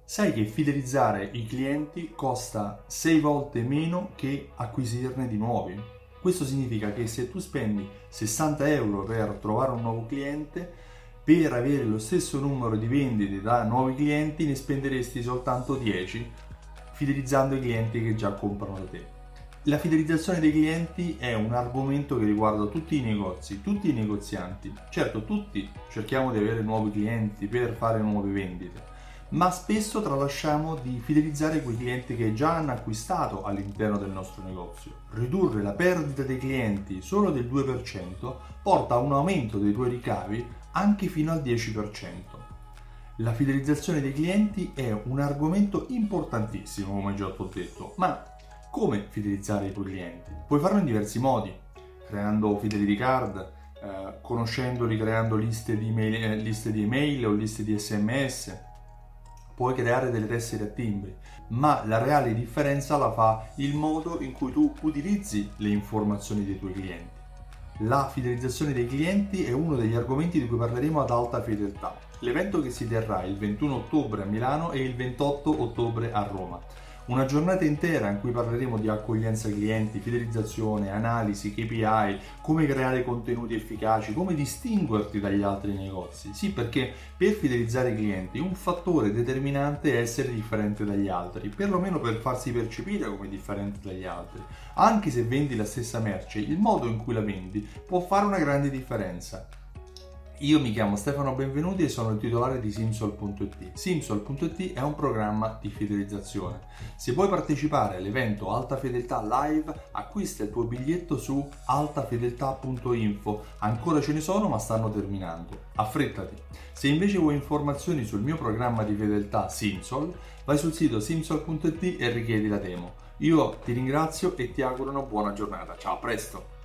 Sai che fidelizzare i clienti costa 6 volte meno che acquisirne di nuovi? Questo significa che se tu spendi 60 euro per trovare un nuovo cliente, per avere lo stesso numero di vendite da nuovi clienti ne spenderesti soltanto 10 fidelizzando i clienti che già comprano da te. La fidelizzazione dei clienti è un argomento che riguarda tutti i negozi, tutti i negozianti. Certo, tutti cerchiamo di avere nuovi clienti per fare nuove vendite, ma spesso tralasciamo di fidelizzare quei clienti che già hanno acquistato all'interno del nostro negozio. Ridurre la perdita dei clienti solo del 2% porta a un aumento dei tuoi ricavi anche fino al 10%. La fidelizzazione dei clienti è un argomento importantissimo, come già ti ho detto, ma come fidelizzare i tuoi clienti? Puoi farlo in diversi modi, creando fidelity card, conoscendoli, creando liste di email o liste di SMS. Puoi creare delle tessere a timbri, ma la reale differenza la fa il modo in cui tu utilizzi le informazioni dei tuoi clienti. La fidelizzazione dei clienti è uno degli argomenti di cui parleremo ad Alta Fedeltà, l'evento che si terrà il 21 ottobre a Milano e il 28 ottobre a Roma. Una giornata intera in cui parleremo di accoglienza clienti, fidelizzazione, analisi, KPI, come creare contenuti efficaci, come distinguerti dagli altri negozi. Sì, perché per fidelizzare i clienti un fattore determinante è essere differente dagli altri, perlomeno per farsi percepire come differente dagli altri. Anche se vendi la stessa merce, il modo in cui la vendi può fare una grande differenza. Io mi chiamo Stefano Benvenuti e sono il titolare di Simsol.it. Simsol.it è un programma di fidelizzazione. Se vuoi partecipare all'evento Alta Fedeltà Live, acquista il tuo biglietto su altafedeltà.info. Ancora ce ne sono, ma stanno terminando. Affrettati. Se invece vuoi informazioni sul mio programma di fedeltà Simsol, vai sul sito simsol.it e richiedi la demo. Io ti ringrazio e ti auguro una buona giornata. Ciao, a presto!